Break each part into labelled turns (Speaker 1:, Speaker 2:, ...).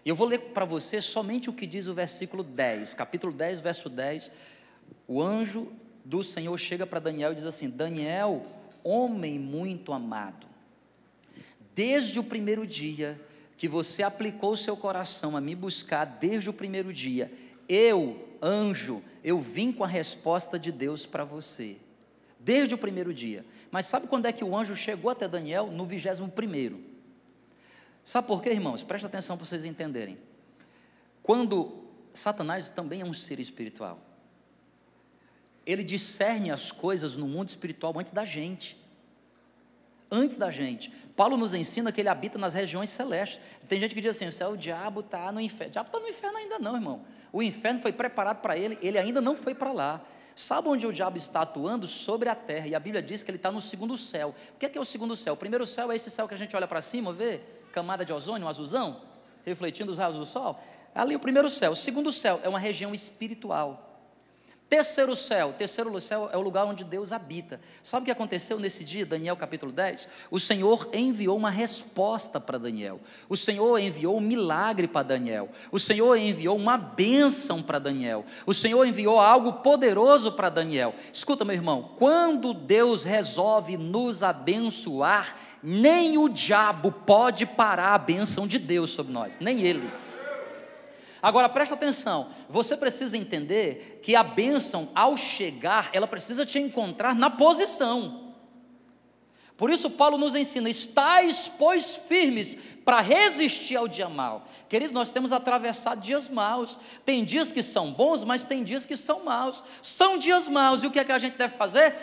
Speaker 1: E eu vou ler para você somente o que diz o versículo 10, capítulo 10, verso 10. O anjo do Senhor chega para Daniel e diz assim: Daniel, homem muito amado, desde o primeiro dia que você aplicou o seu coração a me buscar, desde o primeiro dia, eu, anjo, eu vim com a resposta de Deus para você, desde o primeiro dia. Mas sabe quando é que o anjo chegou até Daniel? No 21º. Sabe por quê, irmãos? Presta atenção para vocês entenderem. Quando Satanás também é um ser espiritual, ele discerne as coisas no mundo espiritual antes da gente. Antes da gente. Paulo nos ensina que ele habita nas regiões celestes. Tem gente que diz assim: o diabo está no inferno. O diabo está no inferno ainda não, irmão. O inferno foi preparado para ele, ele ainda não foi para lá. Sabe onde o diabo está atuando? Sobre a terra. E a Bíblia diz que ele está no segundo céu. O que é o segundo céu? O primeiro céu é esse céu que a gente olha para cima, vê? Camada de ozônio, um azulzão, refletindo os raios do sol. Ali o primeiro céu. O segundo céu é uma região espiritual. Terceiro céu é o lugar onde Deus habita. Sabe o que aconteceu nesse dia, Daniel capítulo 10? O Senhor enviou uma resposta para Daniel. O Senhor enviou um milagre para Daniel. O Senhor enviou uma bênção para Daniel. O Senhor enviou algo poderoso para Daniel. Escuta, meu irmão, quando Deus resolve nos abençoar, nem o diabo pode parar a bênção de Deus sobre nós, nem ele. Agora presta atenção, você precisa entender que a bênção, ao chegar, ela precisa te encontrar na posição. Por isso Paulo nos ensina: estais, pois, firmes para resistir ao dia mau. Querido, nós temos atravessado dias maus. Tem dias que são bons, mas tem dias que são maus. São dias maus, e o que é que a gente deve fazer?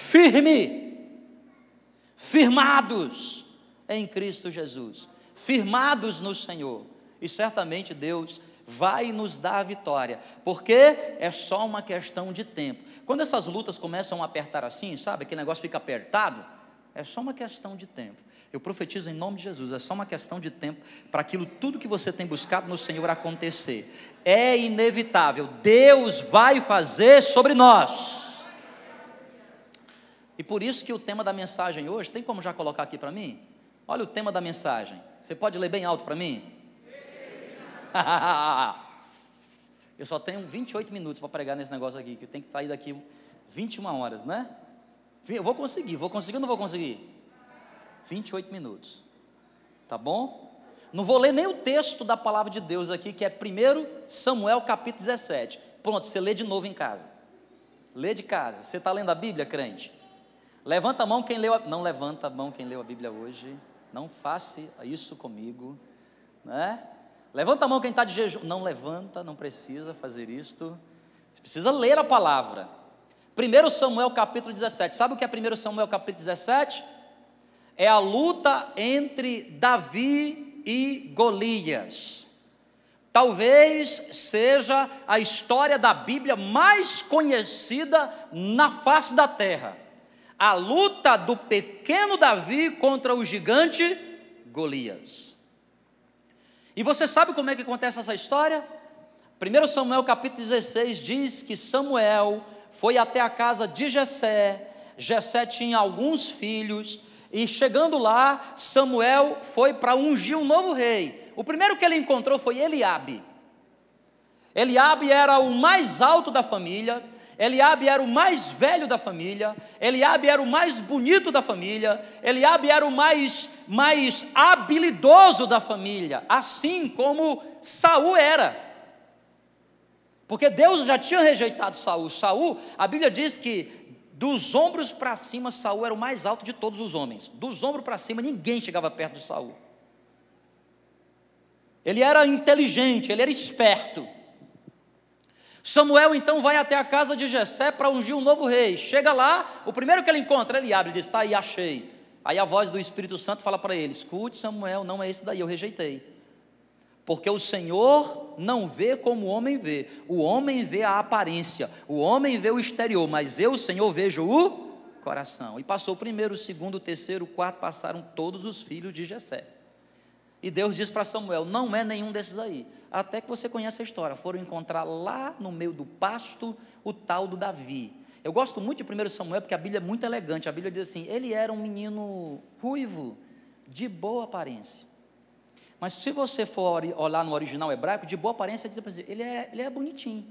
Speaker 1: Firmados em Cristo Jesus, firmados no Senhor, e certamente Deus vai nos dar a vitória, porque é só uma questão de tempo. Quando essas lutas começam a apertar assim, sabe, aquele negócio fica apertado, é só uma questão de tempo. Eu profetizo em nome de Jesus, é só uma questão de tempo para aquilo tudo que você tem buscado no Senhor acontecer. É inevitável, Deus vai fazer sobre nós. E por isso que o tema da mensagem hoje, tem como já colocar aqui para mim? Olha o tema da mensagem, você pode ler bem alto para mim? Eu só tenho 28 minutos para pregar nesse negócio aqui, que eu tenho que sair daqui 21 horas, né? Eu vou conseguir ou não vou conseguir? 28 minutos, tá bom? Não vou ler nem o texto da palavra de Deus aqui, que é 1 Samuel capítulo 17, pronto, você lê de novo em casa, lê de casa. Você está lendo a Bíblia, crente? Levanta a mão quem leu não levanta a mão quem leu a Bíblia hoje, não faça isso comigo, né? Levanta a mão quem está de jejum. Não levanta, não precisa fazer isto. Você precisa ler a palavra. 1 Samuel capítulo 17. Sabe o que é 1 Samuel capítulo 17? É a luta entre Davi e Golias. Talvez seja a história da Bíblia mais conhecida na face da terra. A luta do pequeno Davi contra o gigante Golias. E você sabe como é que acontece essa história? 1 Samuel capítulo 16 diz que Samuel foi até a casa de Jessé. Jessé tinha alguns filhos, e chegando lá, Samuel foi para ungir um novo rei. O primeiro que ele encontrou foi Eliabe. Eliabe era o mais alto da família, Eliabe era o mais velho da família, Eliabe era o mais bonito da família, Eliabe era o mais habilidoso da família, assim como Saul era, porque Deus já tinha rejeitado Saul. Saul, a Bíblia diz que dos ombros para cima, Saul era o mais alto de todos os homens. Dos ombros para cima, ninguém chegava perto de Saul. Ele era inteligente, ele era esperto. Samuel então vai até a casa de Jessé para ungir um novo rei. Chega lá, o primeiro que ele encontra, ele abre, ele diz: está aí, achei. Aí a voz do Espírito Santo fala para ele: escute, Samuel, não é esse daí, eu rejeitei. Porque o Senhor não vê como o homem vê. O homem vê a aparência, o homem vê o exterior, mas eu, o Senhor, vejo o coração. E passou o primeiro, o segundo, o terceiro, o quarto, passaram todos os filhos de Jessé. E Deus diz para Samuel: não é nenhum desses aí. Até que você conhece a história, foram encontrar lá no meio do pasto o tal do Davi. Eu gosto muito de 1 Samuel, porque a Bíblia é muito elegante. A Bíblia diz assim: ele era um menino ruivo, de boa aparência. Mas se você for olhar no original hebraico, de boa aparência, diz assim, ele é bonitinho.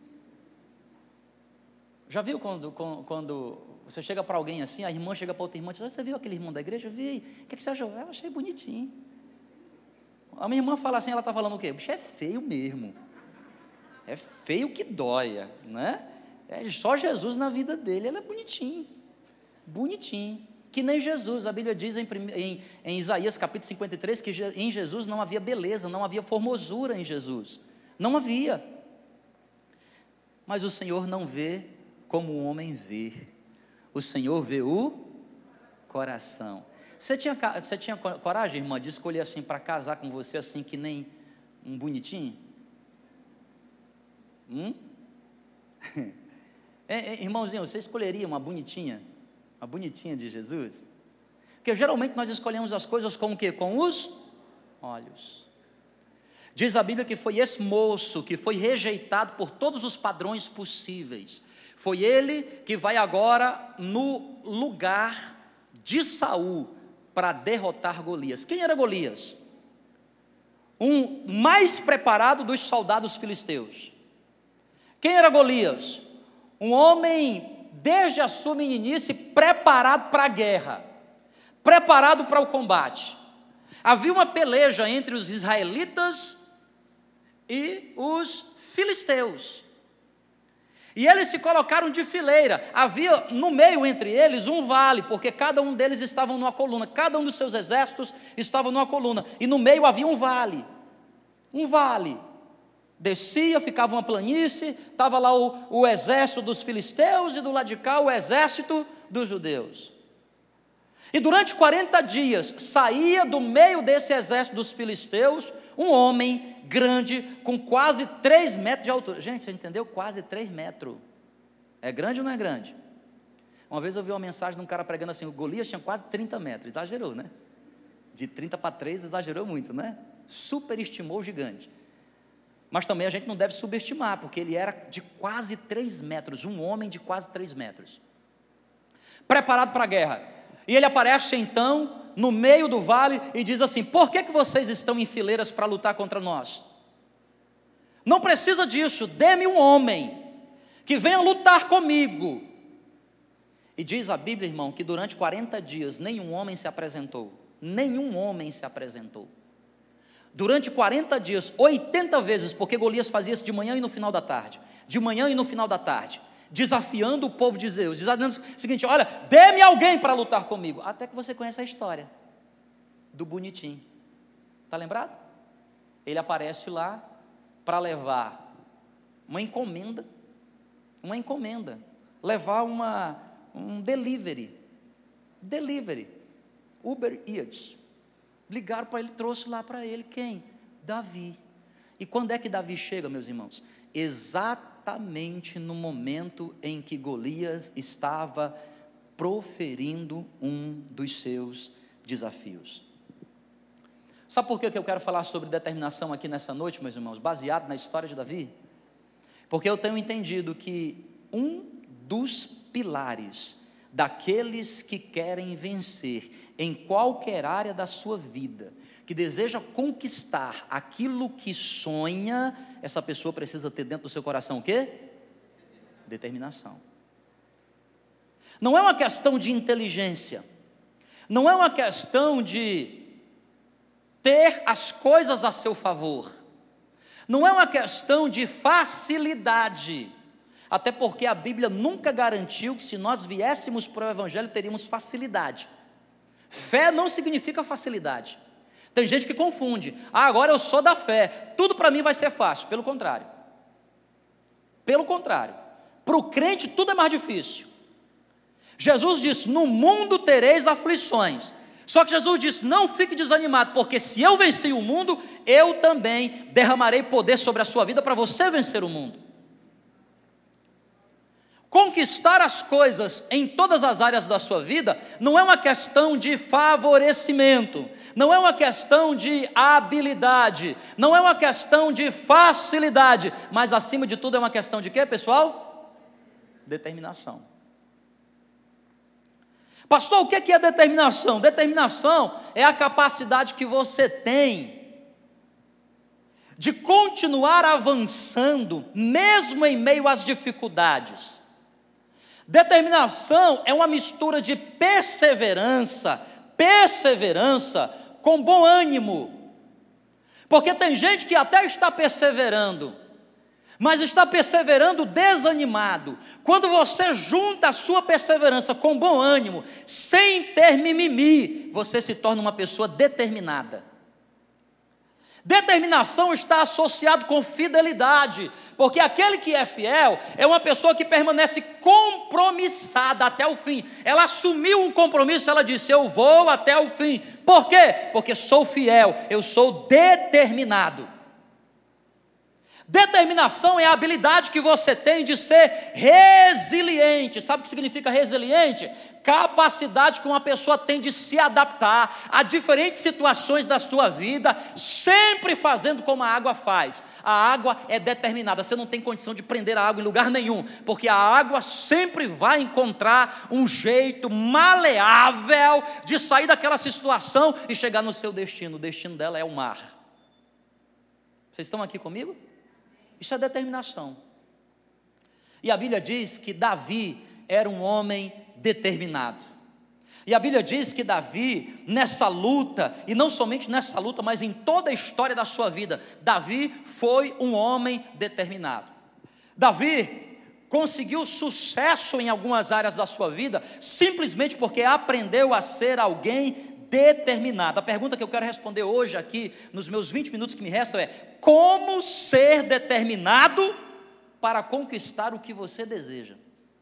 Speaker 1: Já viu quando você chega para alguém assim, a irmã chega para outra irmã e diz, você viu aquele irmão da igreja? Eu vi. O que você achou? Eu achei bonitinho. A minha irmã fala assim, ela está falando o quê? O bicho é feio mesmo. É feio que dói, né? É só Jesus na vida dele, ele é bonitinho. Bonitinho. Que nem Jesus, a Bíblia diz em Isaías capítulo 53, que em Jesus não havia beleza, não havia formosura em Jesus. Não havia. Mas o Senhor não vê como o homem vê. O Senhor vê o coração. Você tinha coragem, irmã, de escolher assim para casar com você, assim que nem um bonitinho? Irmãozinho, você escolheria uma bonitinha de Jesus? Porque geralmente nós escolhemos as coisas com o quê? Com os olhos. Diz a Bíblia que foi esse moço que foi rejeitado por todos os padrões possíveis. Foi ele que vai agora no lugar de Saul para derrotar Golias. Quem era Golias? Um mais preparado dos soldados filisteus. Quem era Golias? Um homem, desde a sua meninice, preparado para a guerra, preparado para o combate. Havia uma peleja entre os israelitas e os filisteus. E eles se colocaram de fileira. Havia no meio entre eles um vale, porque cada um deles estava numa coluna, cada um dos seus exércitos estava numa coluna, e no meio havia um vale. Um vale. Descia, ficava uma planície, estava lá o exército dos filisteus e do lado de cá o exército dos judeus. E durante 40 dias saía do meio desse exército dos filisteus um homem grande com quase 3 metros de altura. Gente, você entendeu? Quase 3 metros. É grande ou não é grande? Uma vez eu vi uma mensagem de um cara pregando assim, o Golias tinha quase 30 metros, exagerou, né? De 30 para 3 exagerou muito, né? Superestimou o gigante. Mas também a gente não deve subestimar, porque ele era de quase 3 metros, um homem de quase 3 metros, preparado para a guerra. E ele aparece então no meio do vale e diz assim, por que vocês estão em fileiras para lutar contra nós? Não precisa disso, dê-me um homem que venha lutar comigo. E diz a Bíblia, irmão, que durante 40 dias nenhum homem se apresentou. Nenhum homem se apresentou. Durante 40 dias, 80 vezes, porque Golias fazia isso de manhã e no final da tarde, de manhã e no final da tarde, desafiando o povo de Zeus, dizendo o seguinte, olha, dê-me alguém para lutar comigo, até que você conhece a história do bonitinho, está lembrado? Ele aparece lá para levar uma encomenda, levar um delivery, Uber Eats. Ligaram para ele, trouxe lá para ele quem? Davi. E quando é que Davi chega, meus irmãos? Exatamente no momento em que Golias estava proferindo um dos seus desafios. Sabe por que eu quero falar sobre determinação aqui nessa noite, meus irmãos? Baseado na história de Davi? Porque eu tenho entendido que um dos pilares daqueles que querem vencer em qualquer área da sua vida, que deseja conquistar aquilo que sonha, essa pessoa precisa ter dentro do seu coração o quê? Determinação. Não é uma questão de inteligência, não é uma questão de ter as coisas a seu favor, não é uma questão de facilidade, até porque a Bíblia nunca garantiu que se nós viéssemos para o Evangelho teríamos facilidade. Fé não significa facilidade. Tem gente que confunde, agora eu sou da fé, tudo para mim vai ser fácil. Pelo contrário, para o crente tudo é mais difícil. Jesus disse, no mundo tereis aflições, só que Jesus disse, não fique desanimado, porque se eu venci o mundo, eu também derramarei poder sobre a sua vida para você vencer o mundo. Conquistar as coisas em todas as áreas da sua vida não é uma questão de favorecimento, não é uma questão de habilidade, não é uma questão de facilidade, mas acima de tudo é uma questão de quê, pessoal? Determinação. Pastor, o que é determinação? Determinação é a capacidade que você tem de continuar avançando, mesmo em meio às dificuldades. Determinação é uma mistura de perseverança com bom ânimo. Porque tem gente que até está perseverando, mas está perseverando desanimado. Quando você junta a sua perseverança com bom ânimo, sem ter mimimi, você se torna uma pessoa determinada. Determinação está associado com fidelidade, porque aquele que é fiel é uma pessoa que permanece compromissada até o fim. Ela assumiu um compromisso, ela disse: eu vou até o fim. Por quê? Porque sou fiel, eu sou determinado. Determinação é a habilidade que você tem de ser resiliente. Sabe o que significa resiliente? Capacidade que uma pessoa tem de se adaptar a diferentes situações da sua vida, sempre fazendo como a água faz. A água é determinada, você não tem condição de prender a água em lugar nenhum, porque a água sempre vai encontrar um jeito maleável de sair daquela situação e chegar no seu destino. O destino dela é o mar. Vocês estão aqui comigo? Isso é determinação. E a Bíblia diz que Davi era um homem determinado. E a Bíblia diz que Davi, nessa luta, e não somente nessa luta, mas em toda a história da sua vida, Davi foi um homem determinado. Davi conseguiu sucesso em algumas áreas da sua vida, simplesmente porque aprendeu a ser alguém determinado. A pergunta que eu quero responder hoje aqui, nos meus 20 minutos que me restam, é: como ser determinado para conquistar o que você deseja?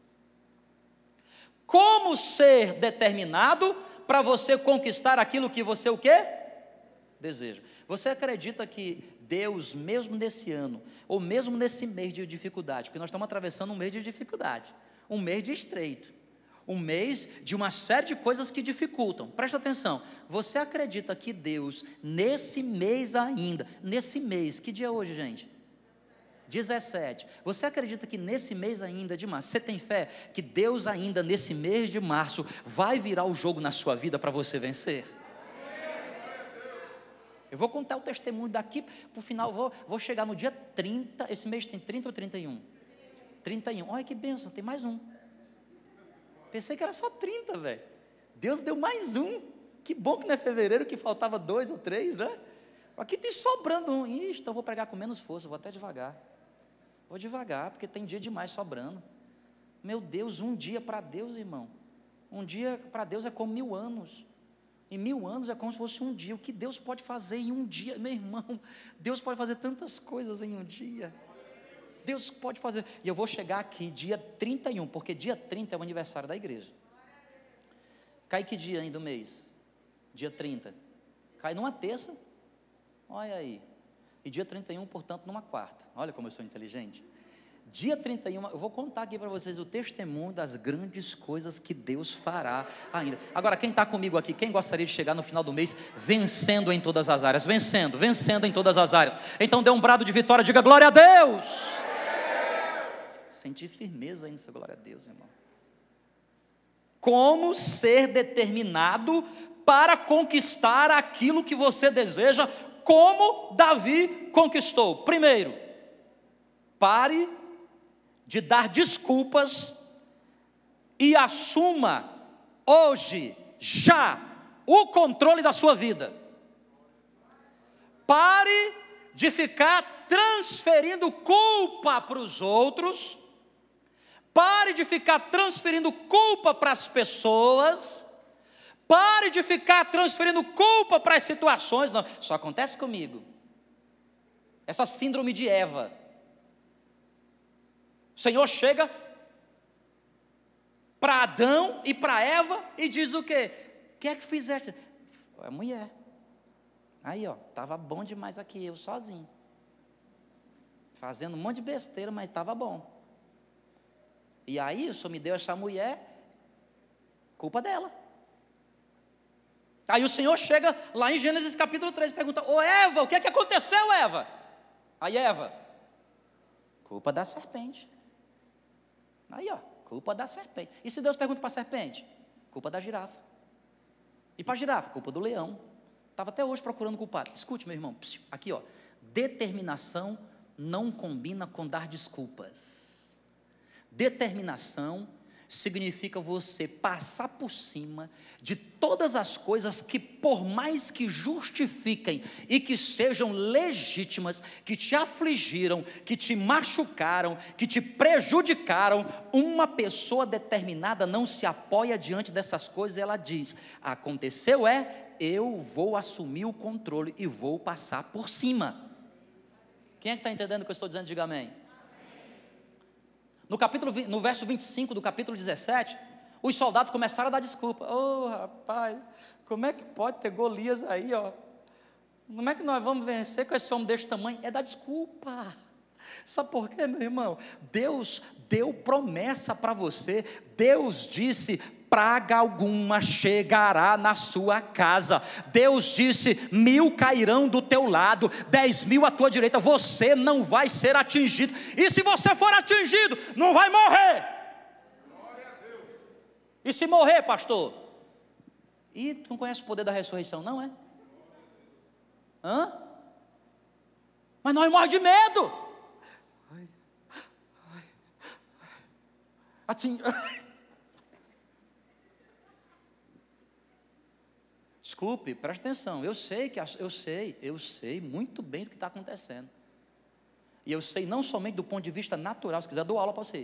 Speaker 1: Como ser determinado para você conquistar aquilo que você o quê? Deseja. Você acredita que Deus, mesmo nesse ano, ou mesmo nesse mês de dificuldade, porque nós estamos atravessando um mês de dificuldade, um mês de estreito, um mês de uma série de coisas que dificultam. Presta atenção, você acredita que Deus, nesse mês ainda, nesse mês, que dia é hoje, gente? 17. Você acredita que nesse mês ainda de março, você tem fé que Deus ainda nesse mês de março vai virar o jogo na sua vida para você vencer? Eu vou contar o testemunho daqui para o final, vou chegar no dia 30, esse mês tem 30 ou 31? 31, olha que bênção, tem mais um. Pensei que era só 30, velho. Deus deu mais um. Que bom que não é fevereiro, que faltava 2 ou 3, né? Aqui tem sobrando um. Ixi, então eu vou pregar com menos força, vou até devagar. Vou devagar, porque tem dia demais sobrando. Meu Deus, um dia para Deus, irmão. Um dia para Deus é como 1000 anos. E 1000 anos é como se fosse um dia. O que Deus pode fazer em um dia, meu irmão? Deus pode fazer tantas coisas em um dia. Deus pode fazer. E eu vou chegar aqui dia 31, porque dia 30 é o aniversário da igreja. Cai que dia ainda do mês? Dia 30. Cai numa terça. Olha aí. E dia 31, portanto, numa quarta. Olha como eu sou inteligente. Dia 31, eu vou contar aqui para vocês o testemunho das grandes coisas que Deus fará ainda. Agora, quem está comigo aqui, quem gostaria de chegar no final do mês vencendo em todas as áreas? Vencendo em todas as áreas. Então dê um brado de vitória, diga glória a Deus. Senti firmeza aí nessa glória a Deus, irmão. Como ser determinado para conquistar aquilo que você deseja, como Davi conquistou? Primeiro, pare de dar desculpas e assuma hoje, já, o controle da sua vida. Pare de ficar transferindo culpa para os outros. Pare de ficar transferindo culpa para as pessoas. Pare de ficar transferindo culpa para as situações. Não, só acontece comigo. Essa síndrome de Eva. O Senhor chega para Adão e para Eva e diz o quê? O que é que fizeste? Foi a mulher. Aí, ó, estava bom demais aqui, eu sozinho. Fazendo um monte de besteira, mas estava bom. E aí o Senhor me deu essa mulher, culpa dela. Aí o Senhor chega lá em Gênesis capítulo 3 e pergunta: ô Eva, o que é que aconteceu, Eva? Aí Eva, culpa da serpente. Aí ó, culpa da serpente. E se Deus pergunta para a serpente? Culpa da girafa. E para a girafa? Culpa do leão. Estava até hoje procurando culpado. Escute, meu irmão, aqui ó, Determinação não combina com dar desculpas. Determinação significa você passar por cima de todas as coisas que, por mais que justifiquem e que sejam legítimas, que te afligiram, que te machucaram, que te prejudicaram. Uma pessoa determinada não se apoia diante dessas coisas, ela diz: aconteceu, eu vou assumir o controle e vou passar por cima. Quem é que está entendendo o que eu estou dizendo? Diga amém. No verso 25 do capítulo 17, os soldados começaram a dar desculpa. Rapaz, como é que pode ter Golias aí, ó? Como é que nós vamos vencer com esse homem desse tamanho? É dar desculpa. Sabe por quê, meu irmão? Deus deu promessa para você. Deus disse: praga alguma chegará na sua casa. Deus disse: 1000 cairão do teu lado, 10.000 à tua direita, você não vai ser atingido. E se você for atingido, não vai morrer. Glória a Deus. E se morrer, pastor? E tu não conhece o poder da ressurreição, não é? Mas nós morremos de medo. Assim. Desculpe, preste atenção. Eu sei muito bem do que está acontecendo. E eu sei não somente do ponto de vista natural, se quiser dou aula para você.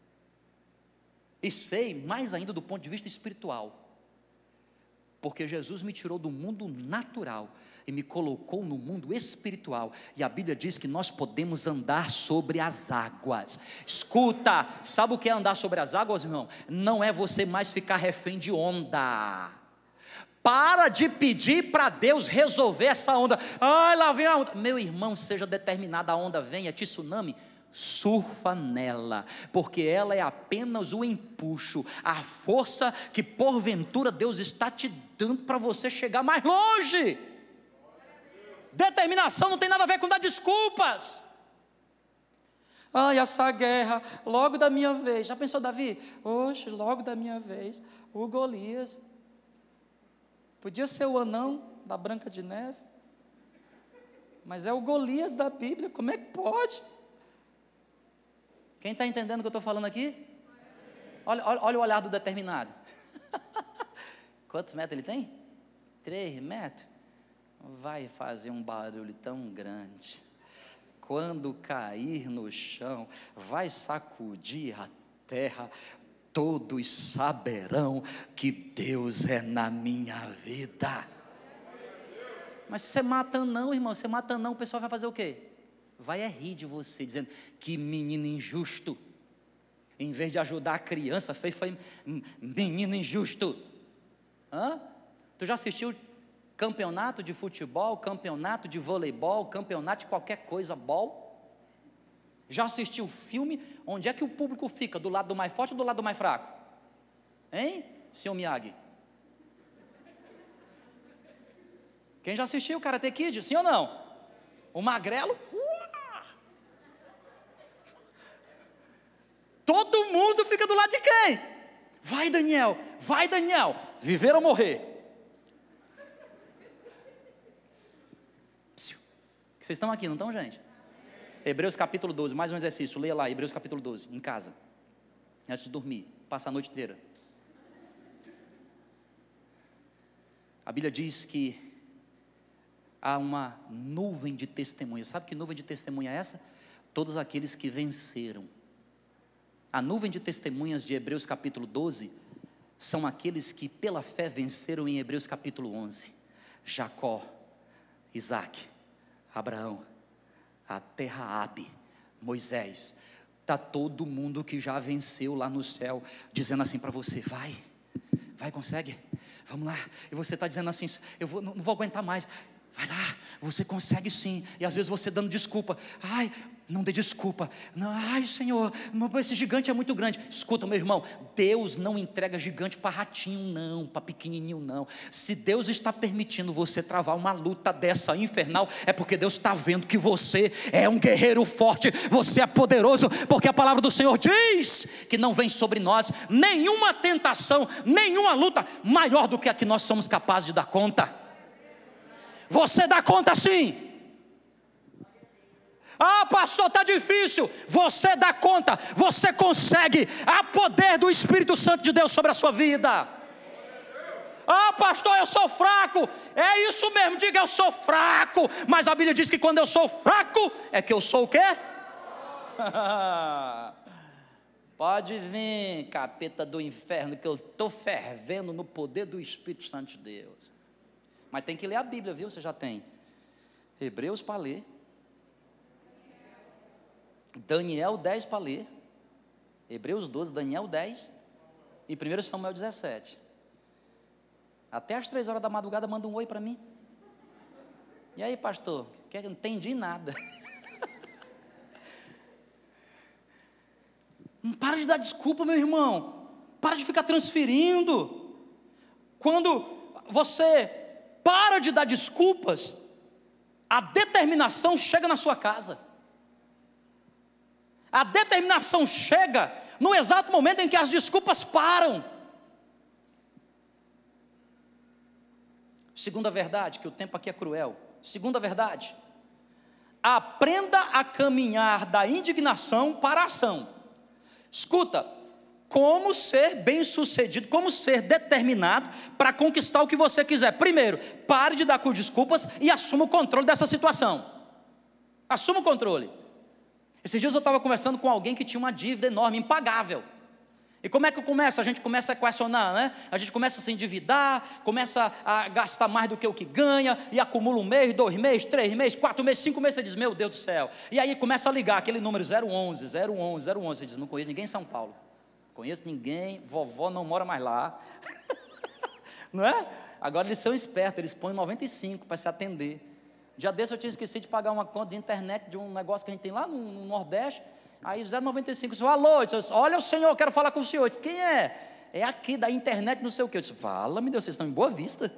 Speaker 1: E sei mais ainda do ponto de vista espiritual. Porque Jesus me tirou do mundo natural e me colocou no mundo espiritual. E a Bíblia diz que nós podemos andar sobre as águas. Escuta, sabe o que é andar sobre as águas, irmão? Não é você mais ficar refém de onda. Para de pedir para Deus resolver essa onda. Ai, lá vem a onda. Meu irmão, seja determinada, a onda venha, tsunami, surfa nela, porque ela é apenas o empuxo, a força que porventura Deus está te dando para você chegar mais longe. Determinação não tem nada a ver com dar desculpas. Ai, essa guerra, logo da minha vez. Já pensou, Davi? Oxe, logo da minha vez, o Golias. Podia ser o anão da Branca de Neve, mas é o Golias da Bíblia, como é que pode? Quem está entendendo o que eu estou falando aqui? Olha o olhar do determinado. Quantos metros ele tem? 3 metros? Vai fazer um barulho tão grande. Quando cair no chão, vai sacudir a terra. Todos saberão que Deus é na minha vida. Mas se você mata não, irmão, se você mata não, o pessoal vai fazer o quê? Vai rir de você, dizendo: que menino injusto. Em vez de ajudar a criança, foi menino injusto. Tu já assistiu campeonato de futebol, campeonato de voleibol, campeonato de qualquer coisa, bol? Já assistiu filme? Onde é que o público fica? Do lado do mais forte ou do lado do mais fraco? Hein, senhor Miyagi? Quem já assistiu Karate Kid? Sim ou não? O magrelo? Todo mundo fica do lado de quem? Vai, Daniel, viver ou morrer? Vocês estão aqui, não estão, gente? Hebreus capítulo 12, mais um exercício, leia lá, Hebreus capítulo 12, em casa, antes de dormir, passa a noite inteira. A Bíblia diz que há uma nuvem de testemunhas. Sabe que nuvem de testemunha é essa? Todos aqueles que venceram. A nuvem de testemunhas de Hebreus capítulo 12, são aqueles que pela fé venceram em Hebreus capítulo 11, Jacó, Isaac, Abraão, até Raabe, Moisés. Está todo mundo que já venceu lá no céu, dizendo assim para você: vai, consegue, vamos lá. E você está dizendo assim: não vou aguentar mais. Vai lá, você consegue sim. E às vezes você dando desculpa: ai, não dê desculpa, não, ai Senhor, esse gigante é muito grande. Escuta, meu irmão, Deus não entrega gigante para ratinho não, para pequenininho não. Se Deus está permitindo você travar uma luta dessa infernal, é porque Deus está vendo que você é um guerreiro forte, você é poderoso, porque a palavra do Senhor diz que não vem sobre nós nenhuma tentação, nenhuma luta maior do que a que nós somos capazes de dar conta. Você dá conta sim. pastor, está difícil. Você dá conta, você consegue. Há poder do Espírito Santo de Deus sobre a sua vida. Pastor, eu sou fraco. É isso mesmo, diga eu sou fraco. Mas a Bíblia diz que quando eu sou fraco, é que eu sou o quê? Pode vir, capeta do inferno, que eu estou fervendo no poder do Espírito Santo de Deus. Mas tem que ler a Bíblia, viu? Você já tem Hebreus para ler, Daniel 10 para ler, Hebreus 12, Daniel 10 e 1 Samuel 17. Até às 3 horas da madrugada manda um oi para mim. E aí, pastor? Não entendi nada. Não para de dar desculpa, meu irmão. Para de ficar transferindo. Quando você para de dar desculpas, a determinação chega na sua casa. A determinação chega no exato momento em que as desculpas param. Segunda verdade, que o tempo aqui é cruel. Segunda verdade: aprenda a caminhar da indignação para a ação. Escuta, como ser bem-sucedido, como ser determinado para conquistar o que você quiser. Primeiro, pare de dar com desculpas e assuma o controle dessa situação. Assuma o controle. Esses dias eu estava conversando com alguém que tinha uma dívida enorme, impagável. E como é que começa? A gente começa a equacionar, né? A gente começa a se endividar, começa a gastar mais do que o que ganha, e acumula 1 mês, 2 meses, 3 meses, 4 meses, 5 meses, você diz, meu Deus do céu. E aí começa a ligar aquele número 011, 011, 011, você diz, não conheço ninguém em São Paulo. Conheço ninguém, vovó não mora mais lá. Não é? Agora eles são espertos, eles põem 95 para se atender. Dia desse eu tinha esquecido de pagar uma conta de internet de um negócio que a gente tem lá no Nordeste. Aí 095, disse, alô, disse, olha o senhor, quero falar com o senhor. Eu disse, quem é? É aqui da internet, não sei o que. Eu disse, fala, meu Deus, vocês estão em Boa Vista.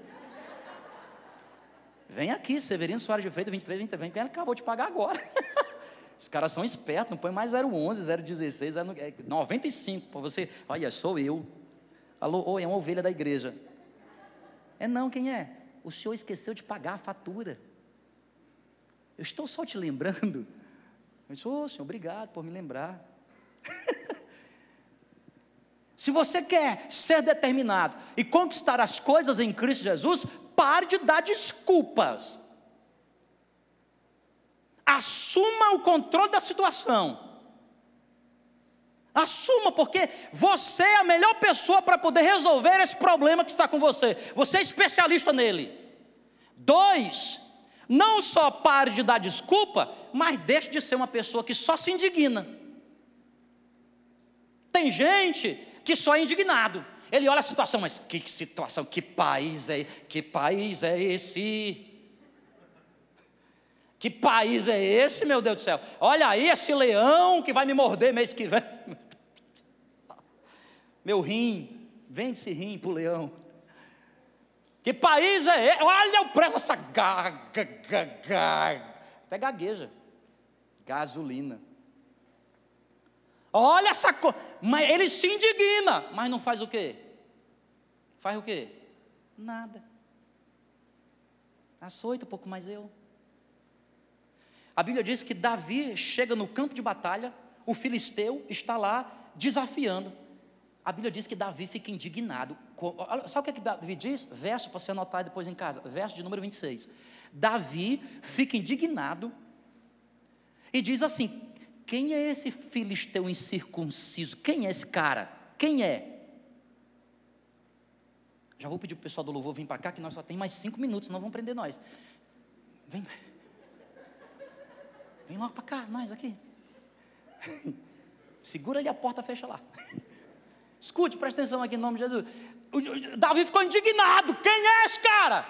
Speaker 1: Vem aqui, Severino Soares de Freitas, 23, 20, vem cá, vou te pagar agora. Os caras são espertos, não põe mais 011, 016, 95, para você, olha, sou eu. Alô, oi, é uma ovelha da igreja. É não, quem é? O senhor esqueceu de pagar a fatura. Eu estou só te lembrando. Eu disse, senhor, obrigado por me lembrar. Se você quer ser determinado e conquistar as coisas em Cristo Jesus, pare de dar desculpas. Assuma o controle da situação. Assuma, porque você é a melhor pessoa para poder resolver esse problema que está com você. Você é especialista nele. 2, não só pare de dar desculpa, mas deixe de ser uma pessoa que só se indigna. Tem gente que só é indignado. Ele olha a situação, mas que situação, que país é esse? Que país é esse, meu Deus do céu? Olha aí esse leão que vai me morder mês que vem. Meu rim, vende esse rim para o leão. Que país é esse? Olha o preço dessa até gagueja. Gasolina. Olha essa coisa. Mas ele se indigna, mas não faz o quê? Faz o quê? Nada. Açoita, pouco mais eu. A Bíblia diz que Davi chega no campo de batalha, o filisteu está lá desafiando. A Bíblia diz que Davi fica indignado. Sabe o que Davi diz? Verso para você anotar depois em casa. Verso de número 26. Davi fica indignado e diz assim, quem é esse filisteu incircunciso? Quem é esse cara? Quem é? Já vou pedir para o pessoal do louvor vir para cá, que nós só tem mais 5 minutos, não vão prender nós. Vem logo para cá, nós aqui. Segura ali a porta, fecha lá. Escute, presta atenção aqui em nome de Jesus. Davi ficou indignado. Quem é esse cara?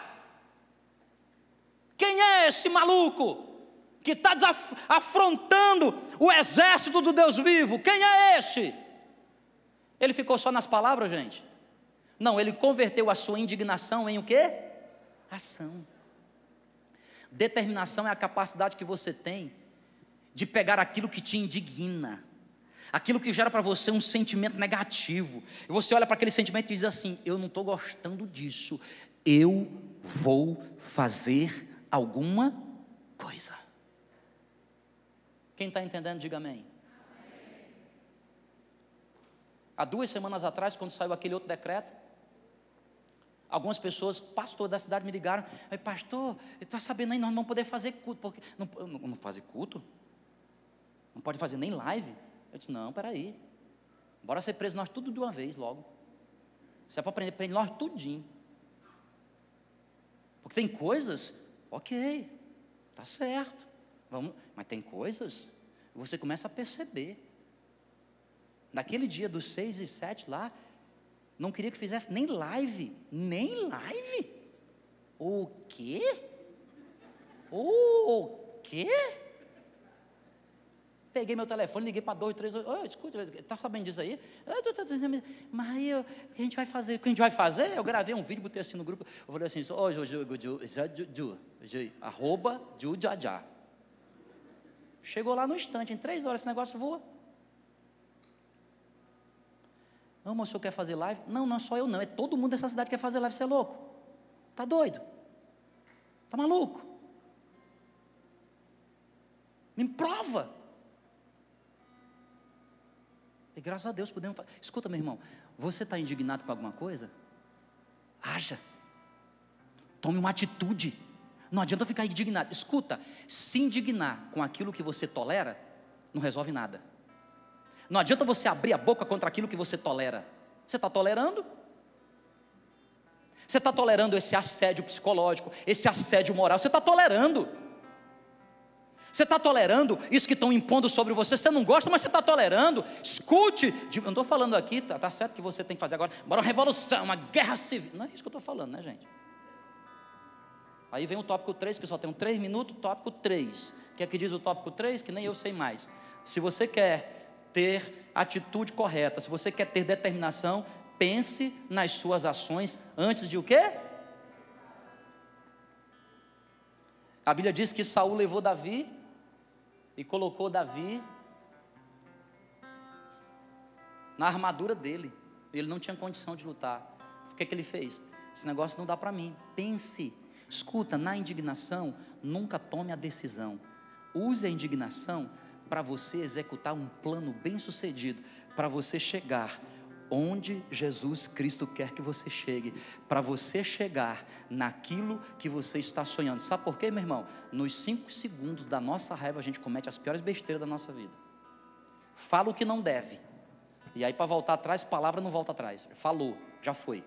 Speaker 1: Quem é esse maluco que está afrontando o exército do Deus vivo? Quem é esse? Ele ficou só nas palavras, gente? Não, ele converteu a sua indignação em o quê? Ação. Determinação é a capacidade que você tem de pegar aquilo que te indigna, aquilo que gera para você um sentimento negativo, e você olha para aquele sentimento e diz assim, eu não estou gostando disso, eu vou fazer alguma coisa. Quem está entendendo, diga amém. Há 2 semanas atrás, quando saiu aquele outro decreto, algumas pessoas, pastor da cidade, me ligaram: pastor, está sabendo aí, nós não vamos poder fazer culto, porque não fazer culto? Não pode fazer nem live? Eu disse: não, peraí, bora ser preso nós tudo de uma vez logo. Se é para prender, prende nós tudinho. Porque tem coisas, ok, está certo, vamos, mas tem coisas que você começa a perceber. Naquele dia dos 6 e 7 lá, não queria que fizesse nem live. Nem live? O quê? O quê? Peguei meu telefone, liguei para 2, 3, escuta, está sabendo disso aí? Mas aí, o que a gente vai fazer? O que a gente vai fazer? Eu gravei um vídeo, botei assim no grupo, eu falei assim, @Jujajá. Chegou lá no instante, em 3 horas esse negócio voa. Não, mas o senhor quer fazer live? Não, não só eu não, é todo mundo dessa cidade que quer fazer live, você é louco? Está doido? Está maluco? Me prova. E graças a Deus podemos fazer. Escuta, meu irmão, você está indignado com alguma coisa? Haja. Tome uma atitude. Não adianta ficar indignado. Escuta, se indignar com aquilo que você tolera, não resolve nada. Não adianta você abrir a boca contra aquilo que você tolera. Você está tolerando? Você está tolerando esse assédio psicológico, esse assédio moral, você está tolerando. Você está tolerando isso que estão impondo sobre você, você não gosta, mas você está tolerando. Escute, eu não estou falando aqui, tá certo que você tem que fazer agora, bora uma revolução, uma guerra civil. Não é isso que eu estou falando, né, gente? Aí vem o tópico 3, que só tem 3 minutos, tópico 3. O que é que diz o tópico 3? Que nem eu sei mais. Se você quer ter atitude correta, se você quer ter determinação, pense nas suas ações antes de o quê? A Bíblia diz que Saul levou Davi e colocou Davi na armadura dele. Ele não tinha condição de lutar. O que é que ele fez? Esse negócio não dá para mim. Pense. Escuta, na indignação, nunca tome a decisão. Use a indignação para você executar um plano bem sucedido, para você chegar onde Jesus Cristo quer que você chegue, para você chegar naquilo que você está sonhando. Sabe por quê, meu irmão? Nos 5 segundos da nossa raiva, a gente comete as piores besteiras da nossa vida. Fala o que não deve, e aí para voltar atrás, palavra não volta atrás. Falou, já foi.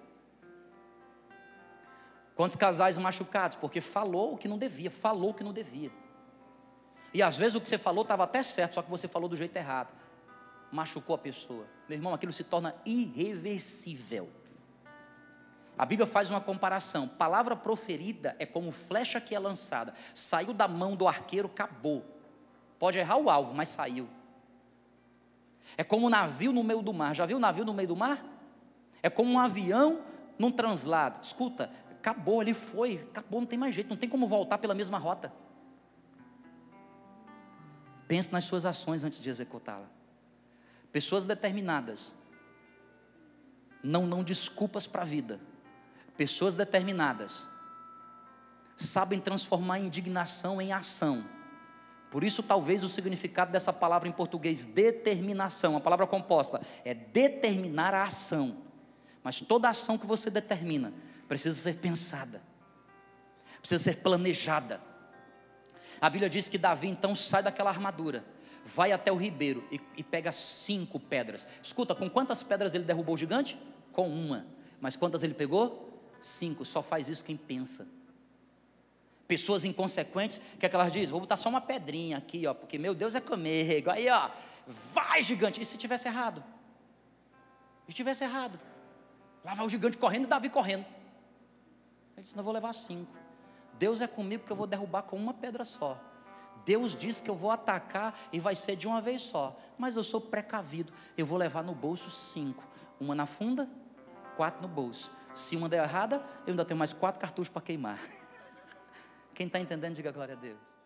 Speaker 1: Quantos casais machucados? Porque falou o que não devia, falou o que não devia. E às vezes o que você falou estava até certo, só que você falou do jeito errado. Machucou a pessoa. Meu irmão, aquilo se torna irreversível. A Bíblia faz uma comparação. Palavra proferida é como flecha que é lançada. Saiu da mão do arqueiro, acabou. Pode errar o alvo, mas saiu. É como um navio no meio do mar. Já viu um navio no meio do mar? É como um avião num translado. Escuta, acabou, ele foi. Acabou, não tem mais jeito, não tem como voltar pela mesma rota. Pense nas suas ações antes de executá-la. Pessoas determinadas não dão desculpas para a vida. Pessoas determinadas sabem transformar a indignação em ação. Por isso, talvez o significado dessa palavra em português, determinação, a palavra composta, é determinar a ação. Mas toda ação que você determina precisa ser pensada, precisa ser planejada. A Bíblia diz que Davi então sai daquela armadura, vai até o ribeiro e pega 5 pedras. Escuta, com quantas pedras ele derrubou o gigante? Com 1. Mas quantas ele pegou? 5. Só faz isso quem pensa. Pessoas inconsequentes, o que é que elas dizem? Vou botar só uma pedrinha aqui, ó, porque meu Deus é comigo. Aí, ó, vai gigante. E se tivesse errado? Se tivesse errado? Lá vai o gigante correndo e Davi correndo. Ele disse, não, vou levar 5. Deus é comigo que eu vou derrubar com uma pedra só. Deus diz que eu vou atacar e vai ser de uma vez só. Mas eu sou precavido, eu vou levar no bolso 5. 1 na funda, 4 no bolso. Se uma der errada, eu ainda tenho mais 4 cartuchos para queimar. Quem está entendendo, diga glória a Deus.